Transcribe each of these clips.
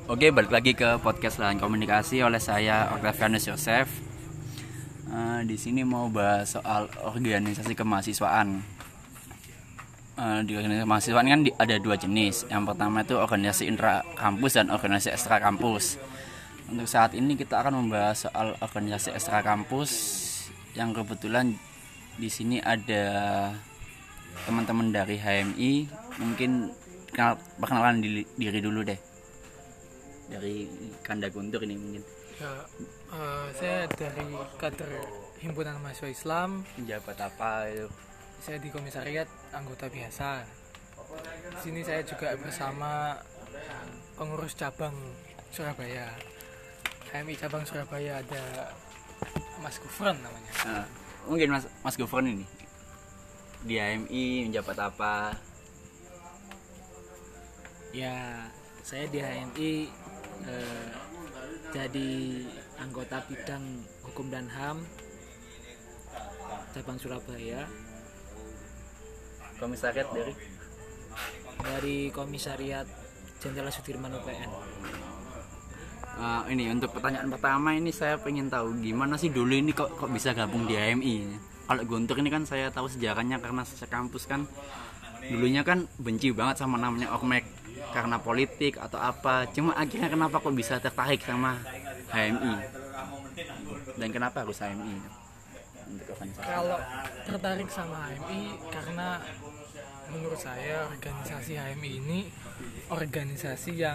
Oke, balik lagi ke podcast Lahan Komunikasi oleh saya Octavianus Yosef. Di sini mau bahas soal organisasi kemahasiswaan. Di organisasi kemahasiswaan kan ada dua jenis. Yang pertama itu organisasi intra kampus dan organisasi ekstra kampus. Untuk saat ini kita akan membahas soal organisasi ekstra kampus yang kebetulan di sini ada teman-teman dari HMI. Mungkin perkenalan diri dulu deh. Dari Kanda Guntur ini mungkin. Ya, saya dari kader Himpunan Mahasiswa Islam. Menjabat apa itu? Saya di komisariat anggota biasa. Di sini saya juga bersama pengurus cabang Surabaya. HMI cabang Surabaya ada Mas Gufron namanya. Mungkin Mas Gufron ini di HMI menjabat apa? Ya, saya di HMI jadi anggota bidang hukum dan HAM cabang Surabaya. Komisariat dari Komisariat Jenderal Sudirman UPN. Ini untuk pertanyaan pertama ini saya pengen tahu gimana sih dulu ini kok bisa gabung di HMI. Kalau Guntur ini kan saya tahu sejarahnya karena sekampus kan dulunya kan benci banget sama namanya Ormek karena politik atau apa. Cuma akhirnya kenapa kok bisa tertarik sama HMI? Dan kenapa harus HMI? Kalau tertarik sama HMI karena menurut saya organisasi HMI ini organisasi yang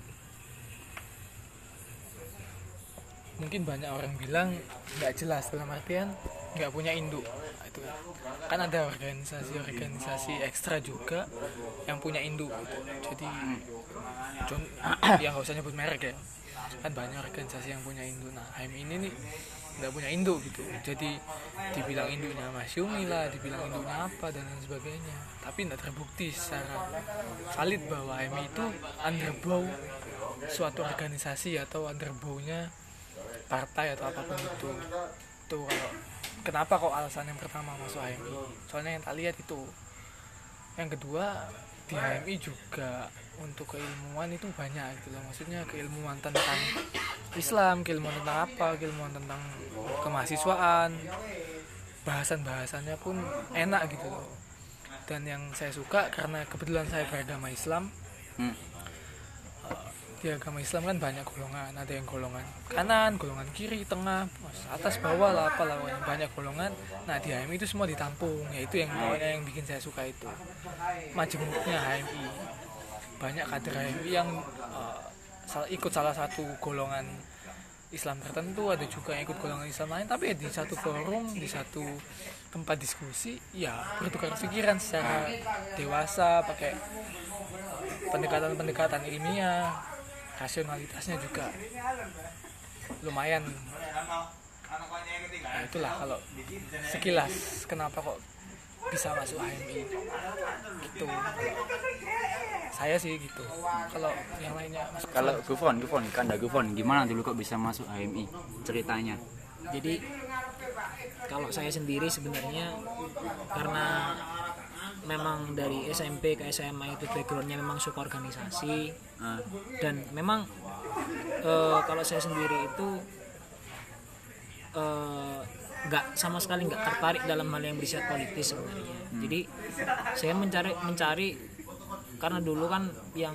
mungkin banyak orang bilang nggak jelas, dalam artian nggak punya induk. Itu kan ada organisasi ekstra juga yang punya induk gitu. Jadi yang nggak usah nyebut merek ya, kan banyak organisasi yang punya induk. Nah, HMI ini nih nggak punya induk gitu. Jadi dibilang induknya Mas Yumi lah, dibilang induknya apa dan lain sebagainya, tapi tidak terbukti secara valid bahwa HMI itu underbow suatu organisasi atau underbow-nya partai atau apapun itu. Tuh kalau kenapa kok alasan yang pertama masuk HMI, soalnya yang tak lihat itu. Yang kedua, di HMI juga untuk keilmuan itu banyak gitu loh. Maksudnya keilmuan tentang Islam, keilmuan tentang apa, keilmuan tentang kemahasiswaan, bahasan-bahasannya pun enak gitu loh. Dan yang saya suka karena kebetulan saya beragama Islam. Di agama Islam kan banyak golongan, ada yang golongan kanan, golongan kiri, tengah, atas, bawah lah, apalah, banyak golongan. Nah, di HMI itu semua ditampung, yaitu yang pokoknya yang bikin saya suka itu majemuknya HMI. Banyak kader HMI yang ikut salah satu golongan Islam tertentu, ada juga yang ikut golongan Islam lain, tapi di satu forum, di satu tempat diskusi, ya bertukar pikiran secara dewasa, pakai pendekatan-pendekatan ilmiah. Rasionalitasnya juga lumayan. Nah, itulah kalau sekilas kenapa kok bisa masuk HMI gitu. Saya sih gitu. Kalau yang lainnya masuk. Kalau Kanda Gufron gimana dulu kok bisa masuk HMI ceritanya? Jadi kalau saya sendiri sebenarnya karena memang dari SMP ke SMA itu backgroundnya memang suka organisasi, dan memang kalau saya sendiri itu nggak sama sekali nggak tertarik dalam hal yang bersifat politis sebenarnya. Jadi saya mencari karena dulu kan yang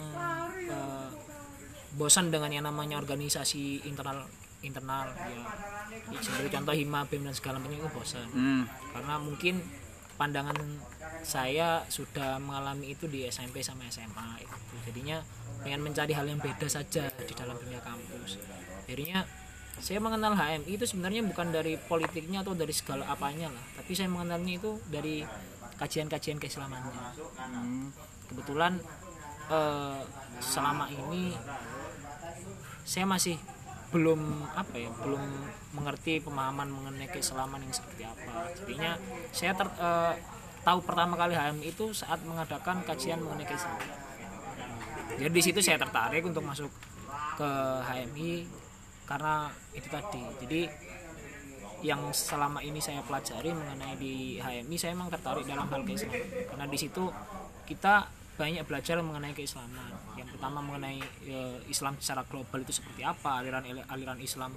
bosan dengan yang namanya organisasi internal ya sebagai contoh Hima, BEM dan segala macam itu bosan. Karena mungkin pandangan saya sudah mengalami itu di SMP sama SMA itu. Jadinya pengen mencari hal yang beda saja di dalam dunia kampus. Akhirnya saya mengenal HMI itu sebenarnya bukan dari politiknya atau dari segala apanya lah, tapi saya mengenalnya itu dari kajian-kajian keislamannya. Kebetulan selama ini saya masih belum mengerti pemahaman mengenai keislaman yang seperti apa. Jadinya saya tahu pertama kali HMI itu saat mengadakan kajian mengenai keislaman. Jadi di situ saya tertarik untuk masuk ke HMI karena itu tadi. Jadi yang selama ini saya pelajari mengenai di HMI, saya memang tertarik dalam hal keislaman. Karena di situ kita banyak belajar mengenai keislaman. Yang terutama mengenai Islam secara global itu seperti apa, aliran Islam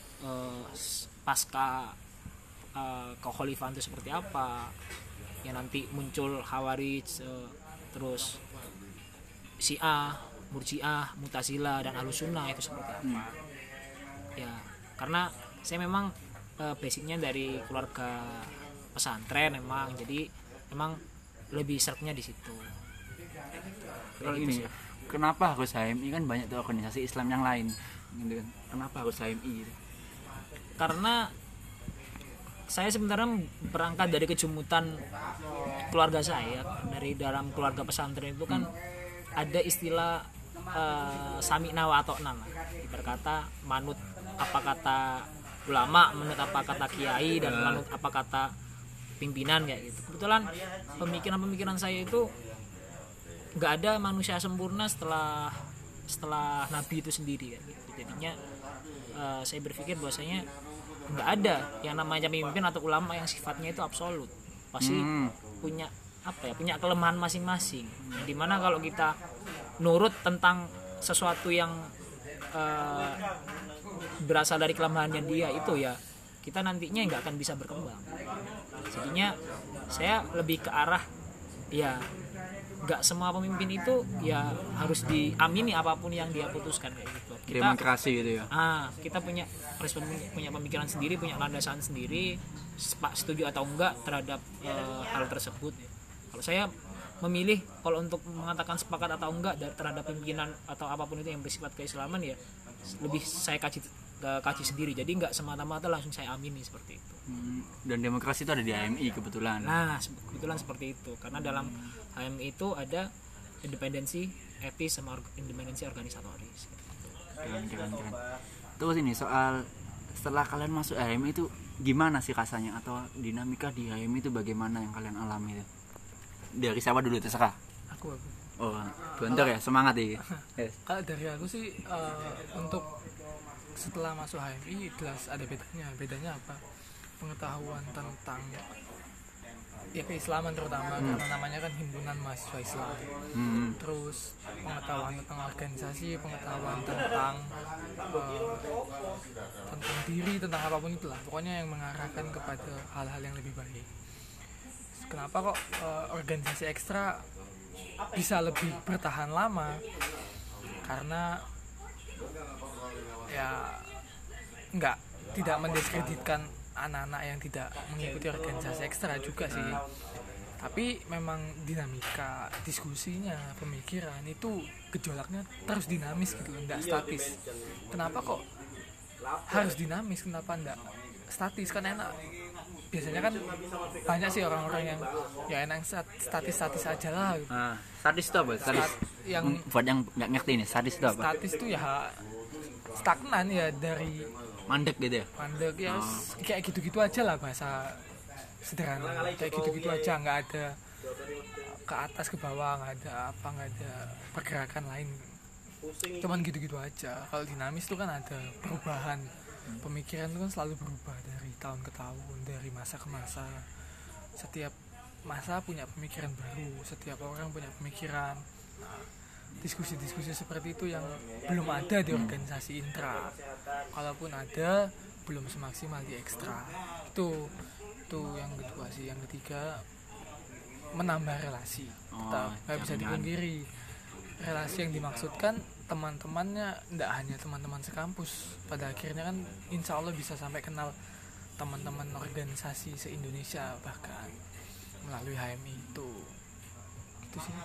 pasca kekhalifahan itu seperti apa, yang nanti muncul Khawarij, terus Syiah, Murji'ah, Mu'tazilah dan Ahlussunnah itu seperti apa. Ya, karena saya memang basicnya dari keluarga pesantren memang, jadi memang lebih seretnya di situ. Kalau ini kenapa harus HMI, kan banyak tuh organisasi Islam yang lain gitu kan. Kenapa harus HMI gitu? Karena saya sebenarnya berangkat dari kejumutan keluarga saya. Dari dalam keluarga pesantren itu kan ada istilah sami'na wa ata'na, berkata manut apa kata ulama, manut apa kata kiai, dan manut apa kata pimpinan kayak gitu. Kebetulan pemikiran saya itu nggak ada manusia sempurna setelah Nabi itu sendiri kan gitu. Jadinya saya berpikir bahwasanya nggak ada yang namanya pemimpin atau ulama yang sifatnya itu absolut, pasti punya punya kelemahan masing-masing. Dimana kalau kita nurut tentang sesuatu yang berasal dari kelemahannya dia itu, ya kita nantinya nggak akan bisa berkembang. Jadinya saya lebih ke arah ya nggak semua pemimpin itu ya harus diamini apapun yang dia putuskan kayak gitu. Kita, demokrasi gitu ya. Kita punya pemikiran sendiri, punya landasan sendiri, setuju atau enggak terhadap hal tersebut. Kalau saya memilih kalau untuk mengatakan sepakat atau enggak terhadap pimpinan atau apapun itu yang bersifat keislaman, ya lebih saya kaji sendiri. Jadi enggak semata-mata langsung saya amini seperti itu. Dan demokrasi itu ada di HMI kebetulan. Nah, kebetulan seperti itu. Karena dalam HMI itu ada independensi etis sama independensi organisatoris. Keren. Terus ini soal setelah kalian masuk HMI itu gimana sih rasanya, atau dinamika di HMI itu bagaimana yang kalian alami itu? Dari siapa dulu, terserah. Aku. Oh, bentar ya, semangat ya. Yes. Kalau dari aku sih untuk setelah masuk HMI jelas ada bedanya apa? Pengetahuan tentang ya keislaman terutama, karena namanya kan himpunan mahasiswa Islam. Terus pengetahuan tentang organisasi, pengetahuan tentang diri, tentang apapun itulah, pokoknya yang mengarahkan kepada hal-hal yang lebih baik. Kenapa kok organisasi ekstra bisa lebih bertahan lama? Karena ya tidak mendiskreditkan anak-anak yang tidak mengikuti organisasi ekstra juga sih, tapi memang dinamika diskusinya, pemikiran itu gejolaknya terus dinamis gitu, enggak statis. Kenapa kok harus dinamis, kenapa enggak statis? Kan enak, biasanya kan banyak sih orang-orang yang ya enak statis aja lah gitu. Statis itu apa? Buat yang nggak ngerti ini, statis itu apa? Statis itu ya stagnan, ya dari mandek gitu ya? Mandek ya, kayak gitu-gitu aja lah, bahasa sederhana, kayak gitu-gitu aja, nggak ada ke atas ke bawah, nggak ada pergerakan lain, cuman gitu-gitu aja. Kalau dinamis itu kan ada perubahan, pemikiran itu kan selalu berubah dari tahun ke tahun, dari masa ke masa. Setiap masa punya pemikiran baru, setiap orang punya pemikiran. Diskusi-diskusi seperti itu yang belum ada di organisasi intra. Kalaupun ada, belum semaksimal di ekstra. Itu yang kedua sih. Yang ketiga, menambah relasi. Nggak bisa dipungkiri, relasi yang dimaksudkan teman-temannya tidak hanya teman-teman sekampus. Pada akhirnya kan insya Allah bisa sampai kenal teman-teman organisasi se-Indonesia bahkan melalui HMI itu. Itu sih.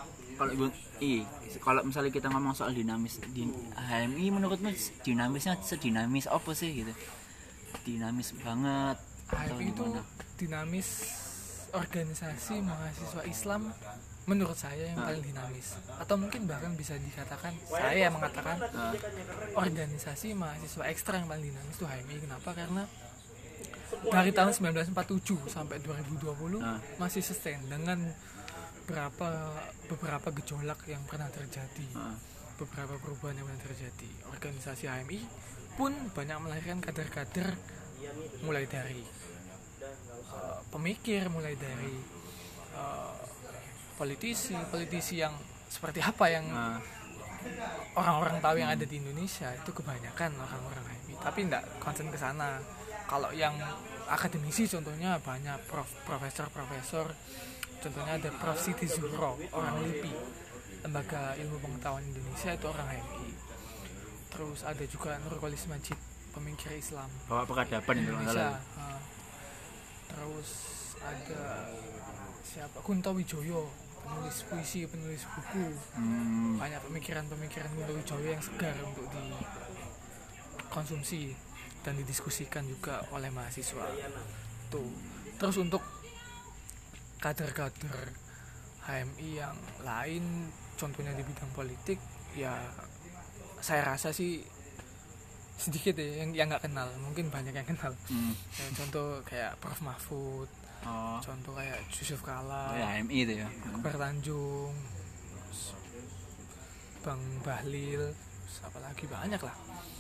Kalau misalnya kita ngomong soal dinamis di HMI, menurutmu dinamisnya sedinamis apa sih gitu? Dinamis banget atau HMI itu gimana? Dinamis organisasi mahasiswa Islam menurut saya yang paling dinamis, atau mungkin bahkan bisa dikatakan, saya mengatakan organisasi mahasiswa ekstra yang paling dinamis itu HMI. Kenapa? Karena dari tahun 1947 sampai 2020 masih sustain dengan beberapa gejolak yang pernah terjadi, beberapa perubahan yang pernah terjadi. Organisasi HMI pun banyak melahirkan kader-kader, mulai dari pemikir, mulai dari politisi yang seperti apa yang orang-orang tahu yang ada di Indonesia itu kebanyakan orang-orang HMI, tapi enggak concern ke sana. Kalau yang akademisi contohnya banyak profesor, contohnya ada Prof. Siti Zuhro, orang LIPI, Lembaga Ilmu Pengetahuan Indonesia, itu orang HMI. Terus ada juga Nurholis Majid, pemikir Islam Bapak peradaban itu Indonesia. Terus ada siapa, Kunto Wijoyo, penulis puisi, penulis buku. Banyak pemikiran-pemikiran Kunto Wijoyo yang segar untuk dikonsumsi dan didiskusikan juga oleh mahasiswa tuh. Terus untuk kader-kader HMI yang lain, contohnya di bidang politik, ya saya rasa sih sedikit ya yang nggak kenal, mungkin banyak yang kenal. Ya, contoh kayak Prof. Mahfud, contoh kayak Yusuf Kala, HMI itu ya, Akbar Tanjung, Bang Bahlil, siapa lagi, banyak lah.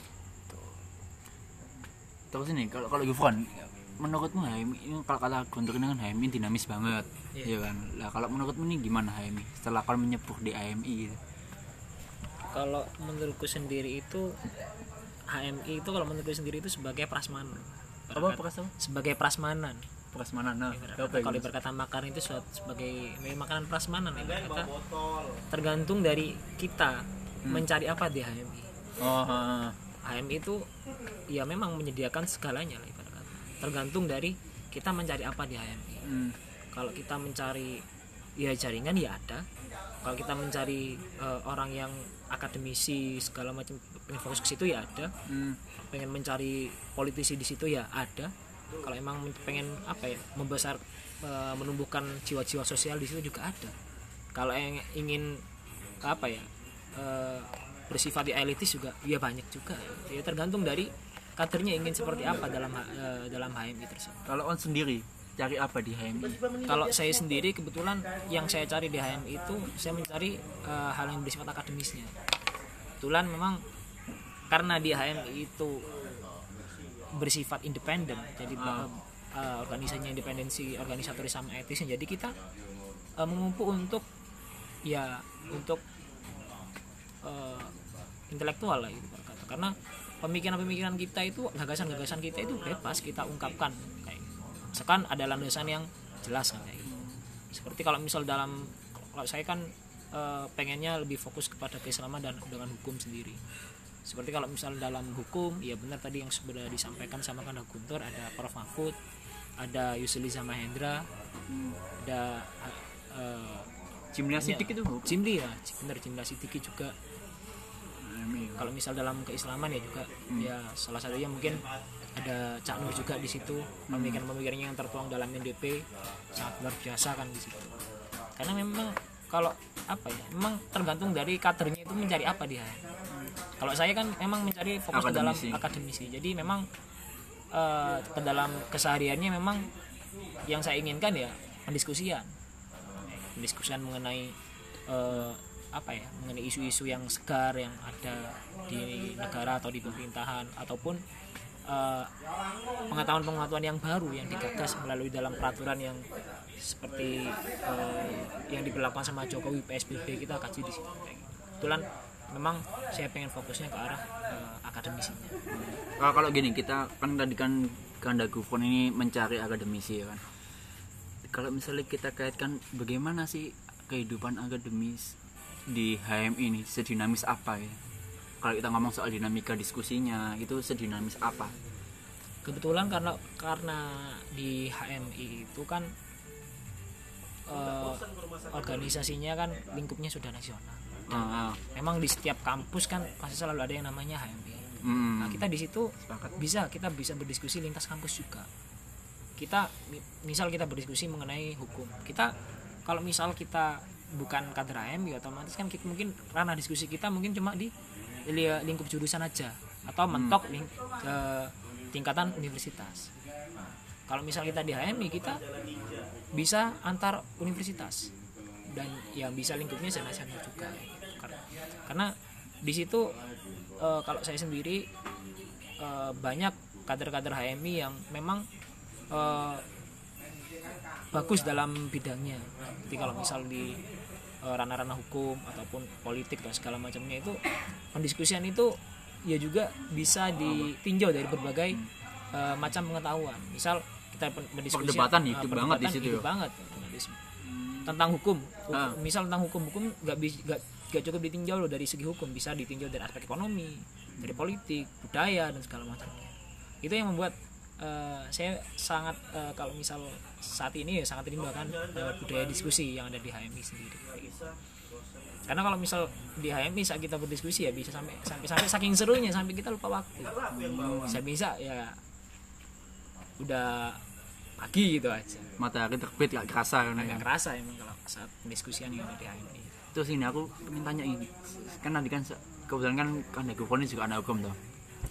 Terus ini kalau Gufron, menurutmu HMI ini, kalau kata Guntur ini kan HMI dinamis banget, ya kan? Lah kalau menurutmu ini gimana HMI setelah kau menyepuh di HMI gitu? Kalau menurutku sendiri itu HMI itu, kalau menurutku sendiri itu sebagai prasmanan. Sebagai prasmanan. Prasmanan. Kalau berkata makanan itu sebagai makanan prasmanan, ya, kata tergantung dari kita mencari apa di HMI. HMI itu ya memang menyediakan segalanya lah, ibarat kata. Tergantung dari kita mencari apa di HMI. Kalau kita mencari ya jaringan ya ada. Kalau kita mencari orang yang akademisi segala macam fokus ke situ ya ada. Pengen mencari politisi di situ ya ada. Kalau emang pengen apa ya, menumbuhkan jiwa-jiwa sosial di situ juga ada. Kalau yang ingin apa ya, bersifat elitis juga ya banyak juga. Ya tergantung dari kadernya ingin seperti apa dalam HMI tersebut. Kalau on sendiri cari apa di HMI? Kalau saya sendiri kebetulan yang saya cari di HMI itu saya mencari hal yang bersifat akademisnya. Kebetulan memang karena di HMI itu bersifat independen, jadi organisasinya independensi, organisatoris sama etisnya, jadi kita memupuk untuk intelektual lah gitu berkata. Karena pemikiran-pemikiran kita itu, gagasan-gagasan kita itu bebas kita ungkapkan kayak gitu. Misalkan ada landasan yang jelas kan kayak gitu. Seperti kalau saya kan pengennya lebih fokus kepada keislaman dan dengan hukum sendiri. Seperti kalau misal dalam hukum, ya benar tadi yang sudah disampaikan sama Kanda Guntur, ada Prof. Mahfud, ada Yusli Zamahendra, ada Jimlia Siddiq itu hukum. Jimli ya, benar, Jimlia Siddiq juga. Kalau misal dalam keislaman ya juga, ya salah satunya mungkin ada Cak Nur juga di situ. Pemikiran-pemikirannya yang tertuang dalam NDP sangat luar biasa kan di situ. Karena memang kalau apa ya, memang tergantung dari kadernya itu mencari apa dia. Kalau saya kan memang mencari fokus ke dalam akademisi. Jadi memang ke dalam kesehariannya memang yang saya inginkan ya pendiskusian mengenai mengenai isu-isu yang segar yang ada di negara atau di pemerintahan, ataupun pengetahuan-pengetahuan yang baru yang digagas melalui dalam peraturan yang seperti yang diberlakukan sama Jokowi, PSBB, kita kaji di situ. Kebetulan memang saya pengen fokusnya ke arah akademisinya. Kalau gini, kita kan tadi kan Kanda Gufron ini mencari akademisi ya kan. Kalau misalnya kita kaitkan bagaimana sih kehidupan akademis di HMI ini, sedinamis apa ya? Kalau kita ngomong soal dinamika diskusinya, itu sedinamis apa? Kebetulan karena di HMI itu kan organisasinya kan lingkupnya sudah nasional. Memang di setiap kampus kan pasti selalu ada yang namanya HMI. Nah, kita di situ kita bisa berdiskusi lintas kampus juga. Kita berdiskusi mengenai hukum. Kalau misal kita bukan kader HMI, otomatis kan kita mungkin ranah diskusi kita mungkin cuma di lingkup jurusan aja, atau mentok ke tingkatan universitas. Kalau misal kita di HMI, kita bisa antar universitas dan yang bisa lingkupnya nasional juga. Karena di situ kalau saya sendiri banyak kader-kader HMI yang memang bagus dalam bidangnya. Jadi kalau misal di ranah-ranah hukum ataupun politik dan segala macamnya itu, pendiskusian itu ya juga bisa ditinjau dari berbagai macam pengetahuan. Misal kita berdiskusi perdebatan hidup banget di situ hidup banget tentang hukum. Misal tentang hukum nggak cukup ditinjau loh dari segi hukum, bisa ditinjau dari aspek ekonomi, dari politik, budaya dan segala macamnya. Itu yang membuat saya sangat kalau misal saat ini ya sangat rindukan budaya diskusi yang ada di HMI sendiri. Karena kalau misal di HMI saat kita berdiskusi ya bisa sampai saking serunya sampai kita lupa waktu. Bisa ya udah pagi gitu aja. Matahari terbit gak kerasa kan? Agak kerasa emang kalau saat pendiskusian yang ada di HMI. Terus ini aku pengen tanya ini, kan nanti kan kebetulan kan ada hukum juga ada hukum toh.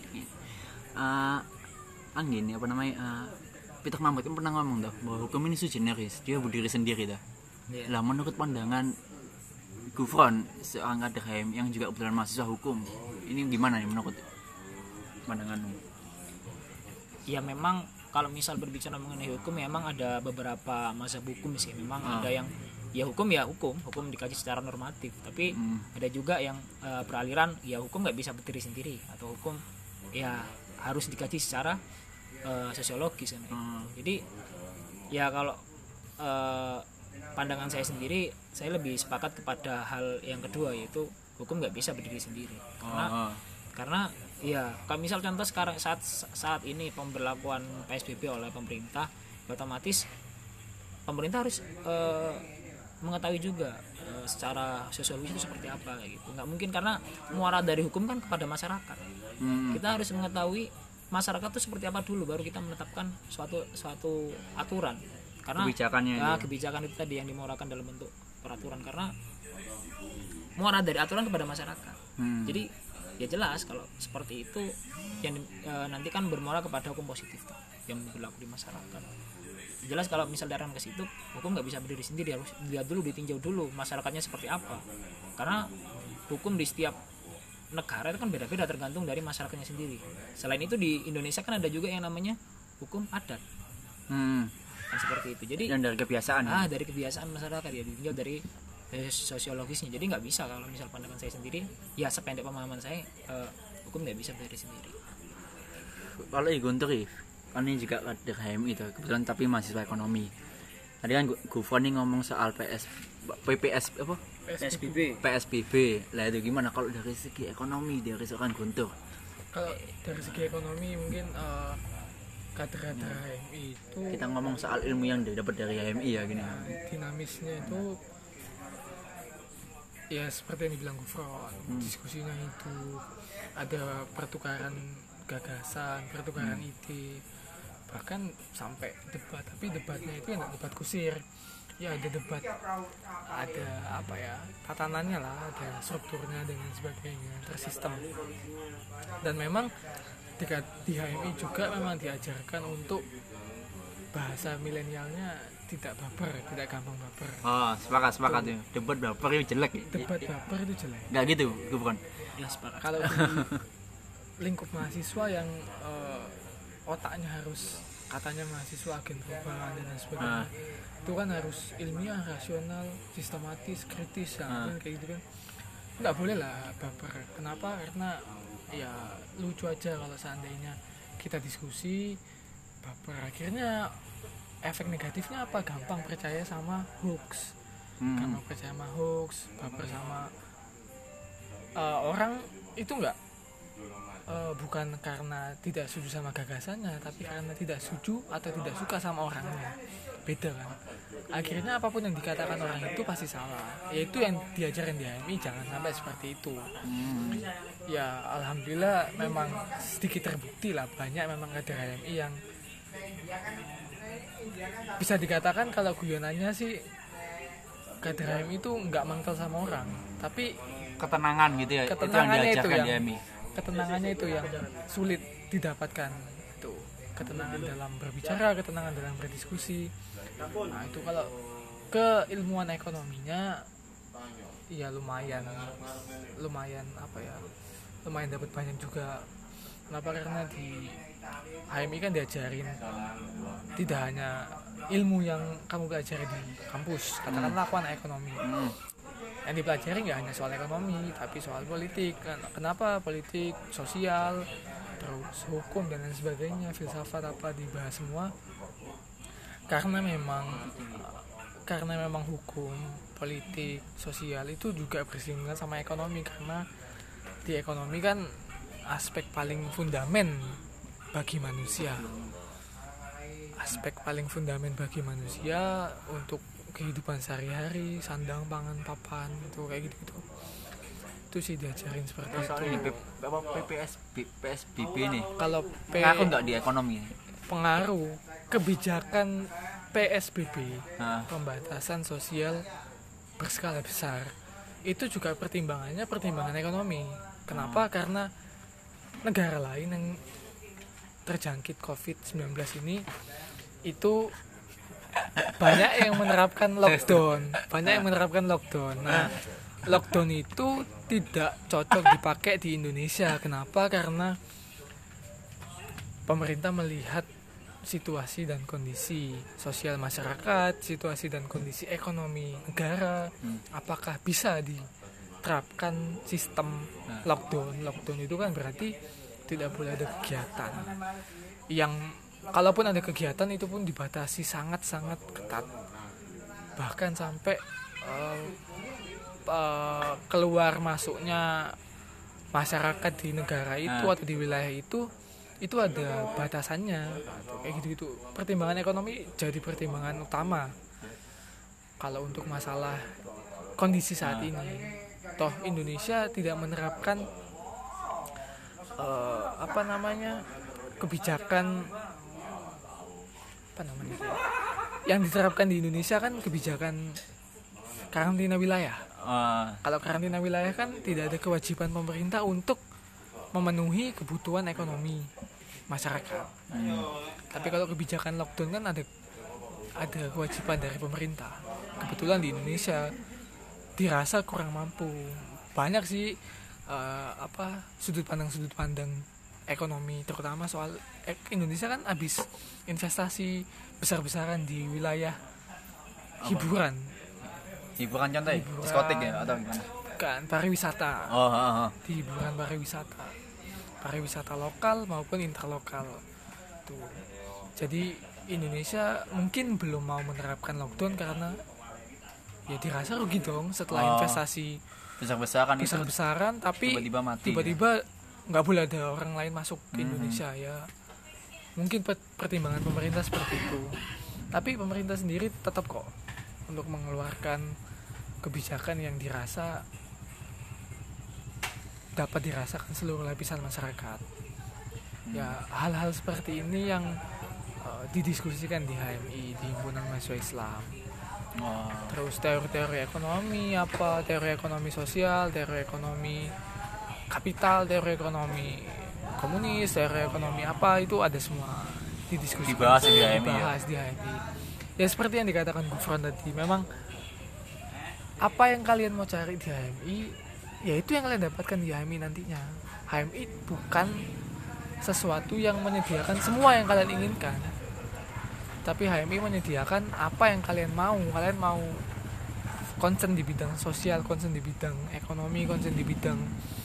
Kan gini apa namanya, Peter Mahmud kan pernah ngomong toh bahwa hukum ini generis, dia berdiri sendiri toh. Lah menurut pandangan Gufron seorang kader HMI yang juga kebetulan mahasiswa hukum, ini gimana nih menurut pandanganmu? Ya memang kalau misal berbicara mengenai hukum memang ada beberapa mazhab hukum sih. Memang ada yang ya hukum dikaji secara normatif, tapi ada juga yang beraliran ya hukum nggak bisa berdiri sendiri, atau hukum ya harus dikaji secara sosiologis kan. Jadi ya kalau pandangan saya sendiri, saya lebih sepakat kepada hal yang kedua, yaitu hukum nggak bisa berdiri sendiri. Karena ya kalau misal contoh sekarang saat ini pemberlakuan PSBB oleh pemerintah, otomatis pemerintah harus mengetahui juga secara sosiologis itu seperti apa gitu. Nggak mungkin, karena muara dari hukum kan kepada masyarakat. Kita harus mengetahui masyarakat itu seperti apa dulu, baru kita menetapkan suatu aturan. Karena kebijakan itu tadi yang dimuarakan dalam bentuk peraturan, karena muara dari aturan kepada masyarakat. Jadi ya jelas kalau seperti itu yang nanti kan bermuara kepada hukum positif tuh, yang berlaku di masyarakat. Jelas kalau misal darah ke situ, hukum nggak bisa berdiri sendiri, harus dilihat dulu, ditinjau dulu masyarakatnya seperti apa. Karena hukum di setiap negara itu kan beda-beda tergantung dari masyarakatnya sendiri. Selain itu di Indonesia kan ada juga yang namanya hukum adat. Kan seperti itu. Jadi dan dari kebiasaan. Dari kebiasaan masyarakat ya, ditinjau dari sosiologisnya. Jadi nggak bisa kalau misal pandangan saya sendiri, ya sependek pemahaman saya, hukum nggak bisa berdiri sendiri. Kalau Guntur kan ini juga kader HMI itu kebetulan, tapi mahasiswa ekonomi. Tadi kan Gufron ngomong soal PSBB. Lah itu gimana kalau dari segi ekonomi, dari seorang Guntur? Kalau dari segi ekonomi mungkin kader-kader HMI itu, kita ngomong soal ilmu yang didapat dari HMI ya gini. Dinamisnya itu ya seperti yang dibilang Gufron, diskusinya itu ada pertukaran gagasan, pertukaran ide, bahkan sampai debat. Tapi debatnya itu ya debat kusir, ya ada debat, ada apa ya, tatanannya lah, ada strukturnya dan sebagainya, tersistem. Dan memang di HMI juga memang diajarkan untuk bahasa milenialnya tidak baper, tidak gampang baper. Sepakat ya. Debat baper itu jelek. Debat baper itu jelek. Nggak gitu, Gufron. Ya sepakat. Kalau di lingkup mahasiswa yang otaknya harus, katanya mahasiswa agen perubahan dan sebagainya, itu kan harus ilmiah, rasional, sistematis, kritis, kayak gitu kan. Nggak boleh lah baper. Kenapa? Karena ya lucu aja kalau seandainya kita diskusi baper. Akhirnya efek negatifnya apa? Gampang percaya sama hoax. Gampang percaya sama hoax, baper sama orang itu enggak bukan karena tidak setuju sama gagasannya, tapi karena tidak setuju atau tidak suka sama orangnya. Beda kan. Akhirnya apapun yang dikatakan orang itu pasti salah. Yaitu yang diajarin di HMI, jangan sampai seperti itu. Ya alhamdulillah memang sedikit terbukti lah, banyak memang kader HMI yang bisa dikatakan kalau guyonannya sih kader HMI itu nggak mangkel sama orang, tapi ketenangan gitu ya. Ketenangannya itu yang diajarkan di HMI. Ketenangannya itu yang sulit didapatkan. Itu ketenangan dalam berbicara, ketenangan dalam berdiskusi. Nah itu kalau keilmuan ekonominya ya lumayan apa ya, lumayan dapat banyak juga. Kenapa? Karena di HMI kan diajarin tidak hanya ilmu yang kamu pelajari di kampus, katakanlah lakukan ekonomi, yang dipelajari nggak hanya soal ekonomi tapi soal politik. Kenapa politik, sosial, terus hukum dan lain sebagainya, filsafat apa dibahas semua, karena memang hukum, politik, sosial itu juga bersinggungan sama ekonomi, karena di ekonomi kan aspek paling fundament bagi manusia, untuk kehidupan sehari-hari, sandang, pangan, papan, itu kayak gitu. Itu sih diajarin seperti itu. Soal ini PSBB nih. Kalau Aku enggak di ekonomi. pengaruh kebijakan PSBB, pembatasan sosial berskala besar, itu juga pertimbangan ekonomi. Kenapa? Karena negara lain yang terjangkit COVID-19 ini itu banyak yang menerapkan lockdown. Nah, lockdown itu tidak cocok dipakai di Indonesia. Kenapa? Karena pemerintah melihat situasi dan kondisi sosial masyarakat, situasi dan kondisi ekonomi negara, apakah bisa diterapkan sistem lockdown. Lockdown itu kan berarti tidak boleh ada kegiatan. Kalaupun ada kegiatan itu pun dibatasi sangat-sangat ketat. Bahkan sampai keluar masuknya masyarakat di negara itu atau di wilayah itu ada batasannya, kayak gitu. Pertimbangan ekonomi jadi pertimbangan utama kalau untuk masalah kondisi saat ini. Toh Indonesia tidak menerapkan kebijakan yang diterapkan di Indonesia kan kebijakan karantina wilayah. Kalau karantina wilayah kan tidak ada kewajiban pemerintah untuk memenuhi kebutuhan ekonomi masyarakat. Tapi kalau kebijakan lockdown kan ada kewajiban dari pemerintah. Kebetulan di Indonesia dirasa kurang mampu. Banyak sih sudut pandang ekonomi, terutama soal Indonesia kan habis investasi besar-besaran di wilayah hiburan contohnya diskotik ya atau gimana? Kan pariwisata. Di hiburan pariwisata lokal maupun interlokal tuh. Jadi Indonesia mungkin belum mau menerapkan lockdown karena ya dirasa rugi dong setelah investasi besar-besaran tapi tiba-tiba nggak boleh ada orang lain masuk ke Indonesia. Ya mungkin pertimbangan pemerintah seperti itu, tapi pemerintah sendiri tetap kok untuk mengeluarkan kebijakan yang dirasa dapat dirasakan seluruh lapisan masyarakat. Ya hal-hal seperti ini yang didiskusikan di HMI, di Himpunan Mahasiswa Islam. Terus teori-teori ekonomi sosial, teori ekonomi kapital, teori ekonomi komunis, teori ekonomi itu ada semua didiskusikan, dibahas di HMI. Ya seperti yang dikatakan Gufron tadi, memang apa yang kalian mau cari di HMI, ya itu yang kalian dapatkan di HMI nantinya. HMI bukan sesuatu yang menyediakan semua yang kalian inginkan, tapi HMI menyediakan apa yang kalian mau. Kalian mau concern di bidang sosial, concern di bidang ekonomi, concern di bidang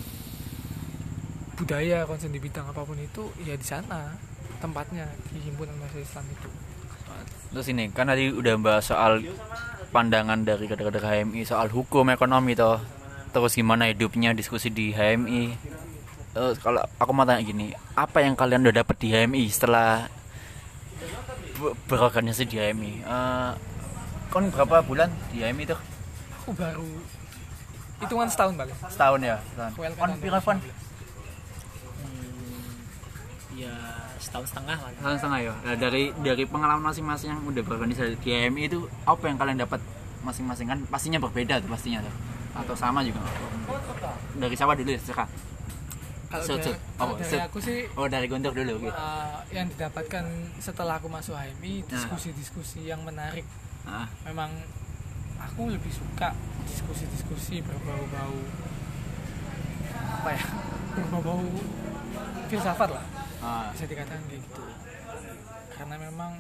budaya, concern di bidang apapun itu, ya di sana tempatnya, di Himpunan Mahasiswa Islam itu. Terus ini kan tadi udah bahas soal pandangan dari kader-kader HMI soal hukum, ekonomi toh. Terus gimana hidupnya, diskusi di HMI. Kalau aku mau tanya gini, apa yang kalian udah dapat di HMI setelah berorganisasi di HMI? Kon berapa bulan di HMI tuh? Aku baru hitungan setahun balik. Setahun ya. Kon pirafon? Ya setahun setengah lah. Setahun setengah ya. Nah, dari pengalaman masing-masing yang udah berorganisasi di HMI itu apa yang kalian dapat masing-masing? Kan pastinya berbeda tuh pastinya tuh. Atau sama juga? Dari siapa dulu ya? Seka. Dari aku sih. Dari Gontor dulu. Okay. Yang didapatkan setelah aku masuk HMI, diskusi-diskusi yang menarik. Memang aku lebih suka diskusi-diskusi berbau-bau berbau filsafat lah. Bisa dikatakan kayak gitu, karena memang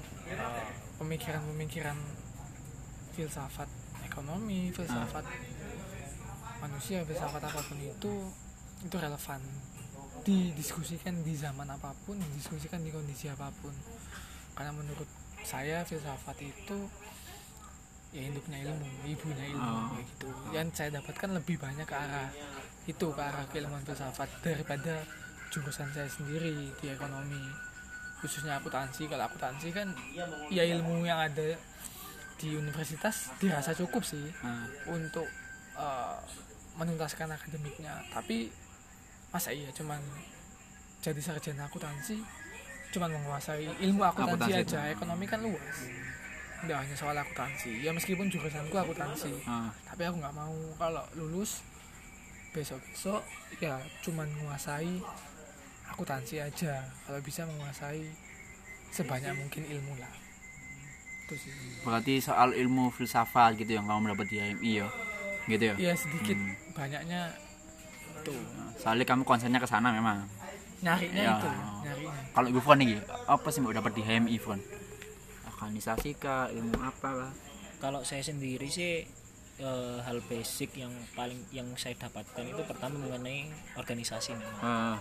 pemikiran-pemikiran filsafat ekonomi, filsafat manusia, filsafat apapun itu relevan, didiskusikan di zaman apapun, didiskusikan di kondisi apapun. Karena menurut saya filsafat itu ya induknya ilmu, ibunya ilmu, kayak gitu. Yang saya dapatkan lebih banyak ke arah itu, ke arah keilmuan filsafat daripada jurusan saya sendiri di ekonomi, khususnya akuntansi. Kalau akuntansi kan ya ilmu yang ada di universitas dirasa cukup sih untuk menuntaskan akademiknya. Tapi masa iya cuman jadi sarjana akuntansi cuman menguasai ilmu akuntansi aja? Ekonomi kan luas, nggak hanya soal akuntansi. Ya meskipun jurusanku akuntansi, tapi aku nggak mau kalau lulus besok ya cuman menguasai akuntansi aja. Kalau bisa menguasai sebanyak mungkin ilmu lah. Itu sih. Berarti soal ilmu filsafat gitu yang kamu dapat di HMI ya, gitu ya? Iya sedikit banyaknya tuh. Soalnya kamu konsennya ke sana memang. Nyarinya Ya. itu, nyarinya. Kalau gue Fron nih, apa sih mau dapat di HMI Fron? Organisasi kah, ilmu apa kah? Kalau saya sendiri sih hal basic yang saya dapatkan itu pertama mengenai organisasi memang.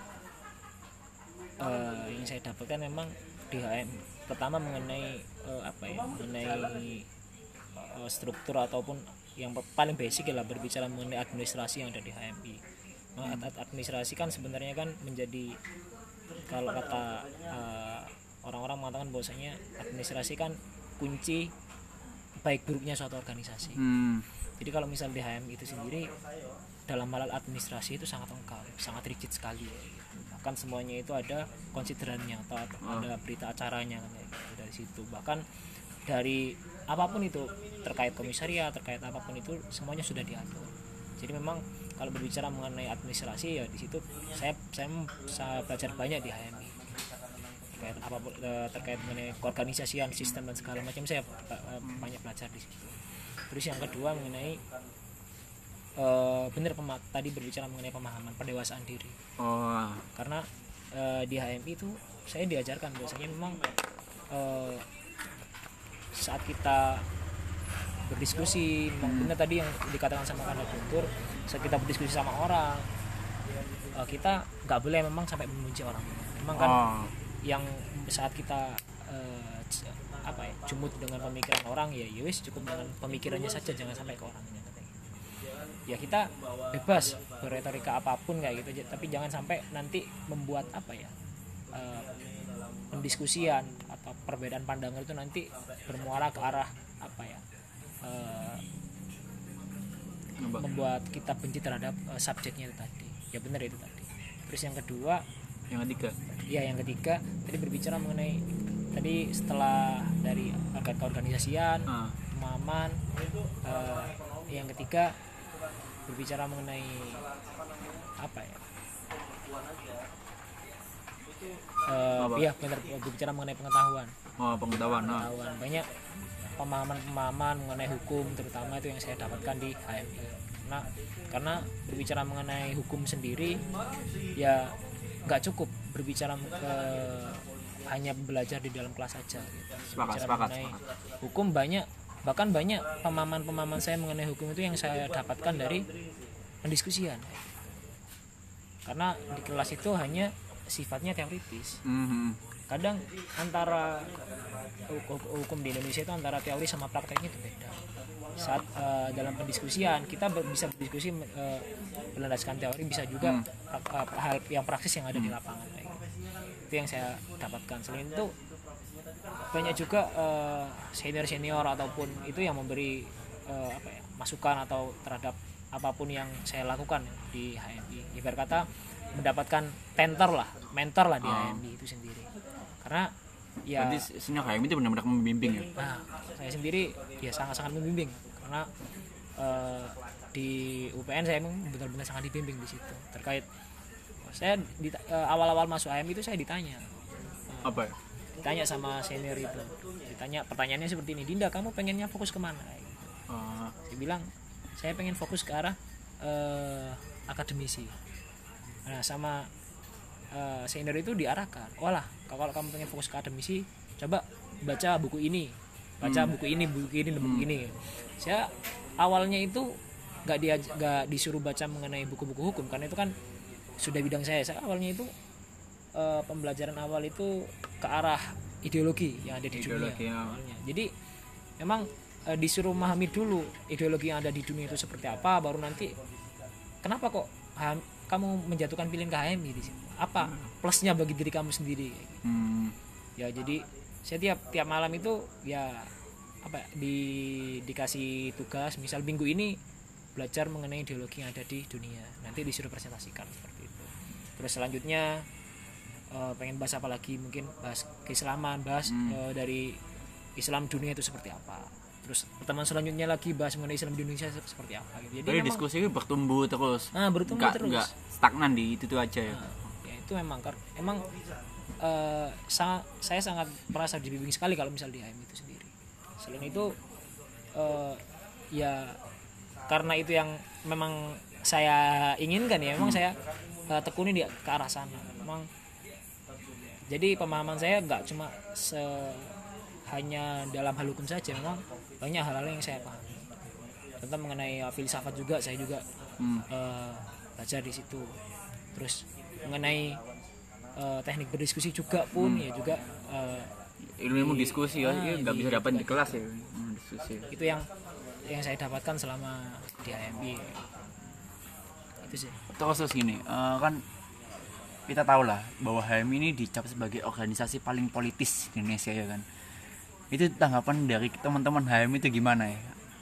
Yang saya dapatkan memang di HM pertama mengenai mengenai struktur ataupun yang paling basic adalah berbicara mengenai administrasi yang ada di HMI. Administrasi kan sebenarnya kan menjadi, kalau kata orang-orang mengatakan bahwasanya administrasi kan kunci baik buruknya suatu organisasi. Jadi kalau misal di HMI itu sendiri dalam hal administrasi itu sangat lengkap, sangat rigid sekali. Bahkan semuanya itu ada konsiderannya atau ada berita acaranya kan, dari situ. Bahkan dari apapun itu terkait komisariat, terkait apapun itu semuanya sudah diatur. Jadi memang kalau berbicara mengenai administrasi ya di situ saya belajar banyak di HMI. Terkait apapun, terkait mengenai keorganisasian, sistem dan segala macam saya banyak belajar di situ. Terus yang kedua mengenai tadi berbicara mengenai pemahaman pendewasaan diri. Karena di HMI itu saya diajarkan bahwasanya memang saat kita berdiskusi, memang benar tadi yang dikatakan sama Kanda Guntur, saat kita berdiskusi sama orang, kita nggak boleh memang sampai membenci orang. Memang kan yang saat kita jumut dengan pemikiran orang, ya wis cukup dengan pemikirannya saja, jangan sampai ke orangnya. Ya kita bebas berretorika apapun kayak gitu, tapi jangan sampai nanti membuat pendiskusian atau perbedaan pandangan itu nanti bermuara ke arah membuat kita benci terhadap subjeknya itu tadi. Ya benar itu tadi. Terus yang ketiga tadi berbicara mengenai tadi setelah dari keorganisasian, pemahaman, yang ketiga berbicara mengenai berbicara mengenai pengetahuan. Pengetahuan. Banyak pemahaman mengenai hukum, terutama itu yang saya dapatkan di HMI. Karena berbicara mengenai hukum sendiri ya nggak cukup berbicara hanya belajar di dalam kelas saja. Sepakat. Hukum bahkan banyak pemahaman saya mengenai hukum itu yang saya dapatkan dari pendiskusian. Karena di kelas itu hanya sifatnya teoritis. Kadang antara hukum di Indonesia itu antara teori sama prakteknya itu beda. Saat dalam pendiskusian kita bisa berdiskusi berlandaskan teori, bisa juga hal yang praktis yang ada di lapangan. Itu yang saya dapatkan. Selain itu banyak juga senior ataupun itu yang memberi masukan atau terhadap apapun yang saya lakukan di HMI. Ibarat kata mendapatkan mentor lah di HMI itu sendiri. Karena ya berarti senior HMI itu benar-benar membimbing ya? Nah, saya sendiri ya sangat-sangat membimbing karena di UPN saya benar-benar sangat dibimbing di situ. Terkait saya awal-awal masuk HMI itu saya ditanya. Apa ya? Ditanya sama senior itu. Pertanyaannya seperti ini, "Dinda, kamu pengennya fokus kemana?" Saya bilang, "Saya pengen fokus ke arah akademisi." Nah, sama senior itu diarahkan, "Walah, kalau kamu pengen fokus ke akademisi, coba baca buku ini, buku ini. Saya awalnya itu nggak disuruh baca mengenai buku-buku hukum karena itu kan sudah bidang saya awalnya itu pembelajaran awal itu ke arah ideologi yang ada di dunia awalnya. Jadi memang disuruh memahami dulu ideologi yang ada di dunia itu seperti apa, baru nanti kenapa kok kamu menjatuhkan pilihan ke HMI di sini, apa plusnya bagi diri kamu sendiri. Ya jadi saya tiap malam itu ya apa dikasih tugas, misal minggu ini belajar mengenai ideologi yang ada di dunia, nanti disuruh presentasikan seperti itu. Terus selanjutnya pengen bahas apa lagi, mungkin bahas keislaman, bahas dari Islam dunia itu seperti apa. Terus pertemuan selanjutnya lagi bahas mengenai Islam di Indonesia seperti apa gitu. Jadi diskusi itu bertumbuh terus. Terus. Enggak stagnan di itu aja ya. Ya itu emang saya sangat merasa dibimbing sekali kalau misal di HMI itu sendiri. Selain itu ya karena itu yang memang saya inginkan ya, memang saya tekuni ke arah sana. Memang jadi pemahaman saya nggak cuma hanya dalam hal hukum saja, memang banyak hal-hal yang saya pahami. Contoh mengenai filsafat juga saya juga belajar di situ. Terus mengenai teknik berdiskusi juga pun ya juga ilmu diskusi ya, nggak bisa dapat di kelas ya. Diskusi. Itu yang saya dapatkan selama di HMI. Itu sih. Terus gini, kan kita tahu lah bahwa HMI ini dicap sebagai organisasi paling politis di Indonesia ya kan. Itu tanggapan dari teman-teman HMI itu gimana ya?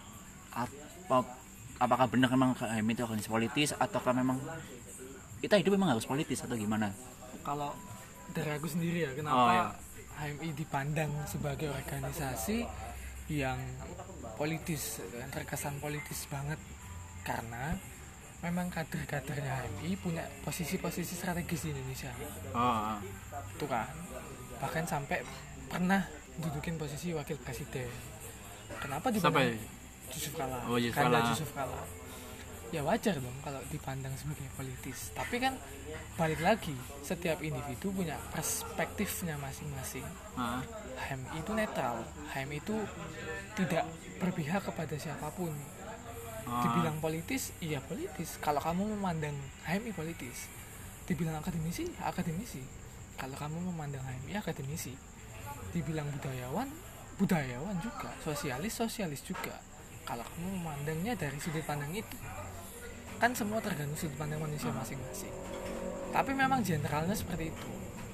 Apakah benar memang HMI itu organisasi politis, ataukah memang kita hidup memang harus politis atau gimana? Kalau dari aku sendiri ya, kenapa HMI dipandang sebagai organisasi yang politis, yang terkesan politis banget, karena memang kader-kadernya HMI punya posisi-posisi strategis di Indonesia. Tuh kan, bahkan sampai pernah dudukin posisi wakil presiden. Kenapa dipandang Yusuf Kala? Yusuf Kala. Ya wajar dong kalau dipandang sebagai politis. Tapi kan balik lagi, setiap individu punya perspektifnya masing-masing. HMI itu netral. HMI itu tidak berpihak kepada siapapun. Dibilang politis, iya politis. Kalau kamu memandang HMI politis. Dibilang akademisi, akademisi. Kalau kamu memandang HMI akademisi. Dibilang budayawan juga. Sosialis juga. Kalau kamu memandangnya dari sudut pandang itu, kan semua tergantung sudut pandang manusia masing-masing. Tapi memang generalnya seperti itu.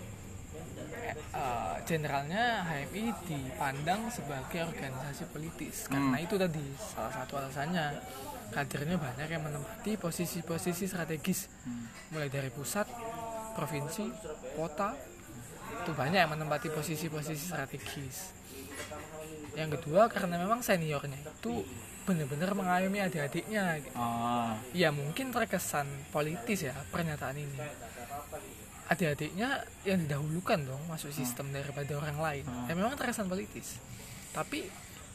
Generalnya HMI dipandang sebagai organisasi politis karena itu tadi salah satu alasannya, kadernya banyak yang menempati posisi-posisi strategis, mulai dari pusat, provinsi, kota, itu banyak yang menempati posisi-posisi strategis. Yang kedua karena memang seniornya itu benar-benar mengayomi adik-adiknya gitu. Ya mungkin terkesan politis ya pernyataan ini. Adik-adiknya yang didahulukan dong masuk sistem daripada orang lain. Ya memang terkesan politis. Tapi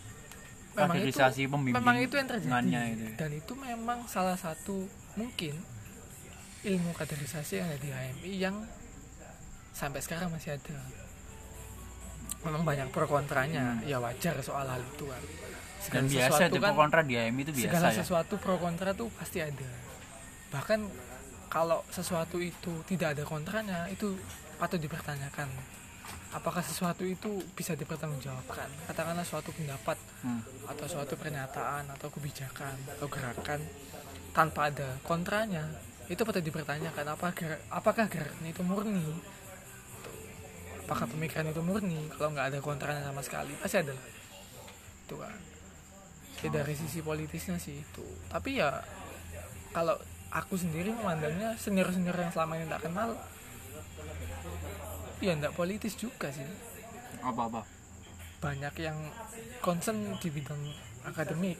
memang itu yang terjadi. Dan itu memang salah satu mungkin ilmu kaderisasi yang ada di HMI yang sampai sekarang masih ada. Memang banyak pro kontranya, ya wajar soal hal itu kan. Dan biasa itu pro kontra di HMI itu biasa. Segala sesuatu pro kontra tuh pasti ada. Bahkan kalau sesuatu itu tidak ada kontranya, itu patut dipertanyakan. Apakah sesuatu itu bisa dipertanggungjawabkan? Katakanlah suatu pendapat atau suatu pernyataan atau kebijakan atau gerakan tanpa ada kontranya, itu patut dipertanyakan. Apakah gerakan itu murni? Apakah pemikiran itu murni? Kalau nggak ada kontranya sama sekali, pasti ada. Itu kan. Ya, dari sisi politisnya sih itu. Tapi ya kalau aku sendiri memandangnya senior-senior yang selama ini tak kenal, ya nggak politis juga sih. Apa-apa? Banyak yang concern di bidang akademik.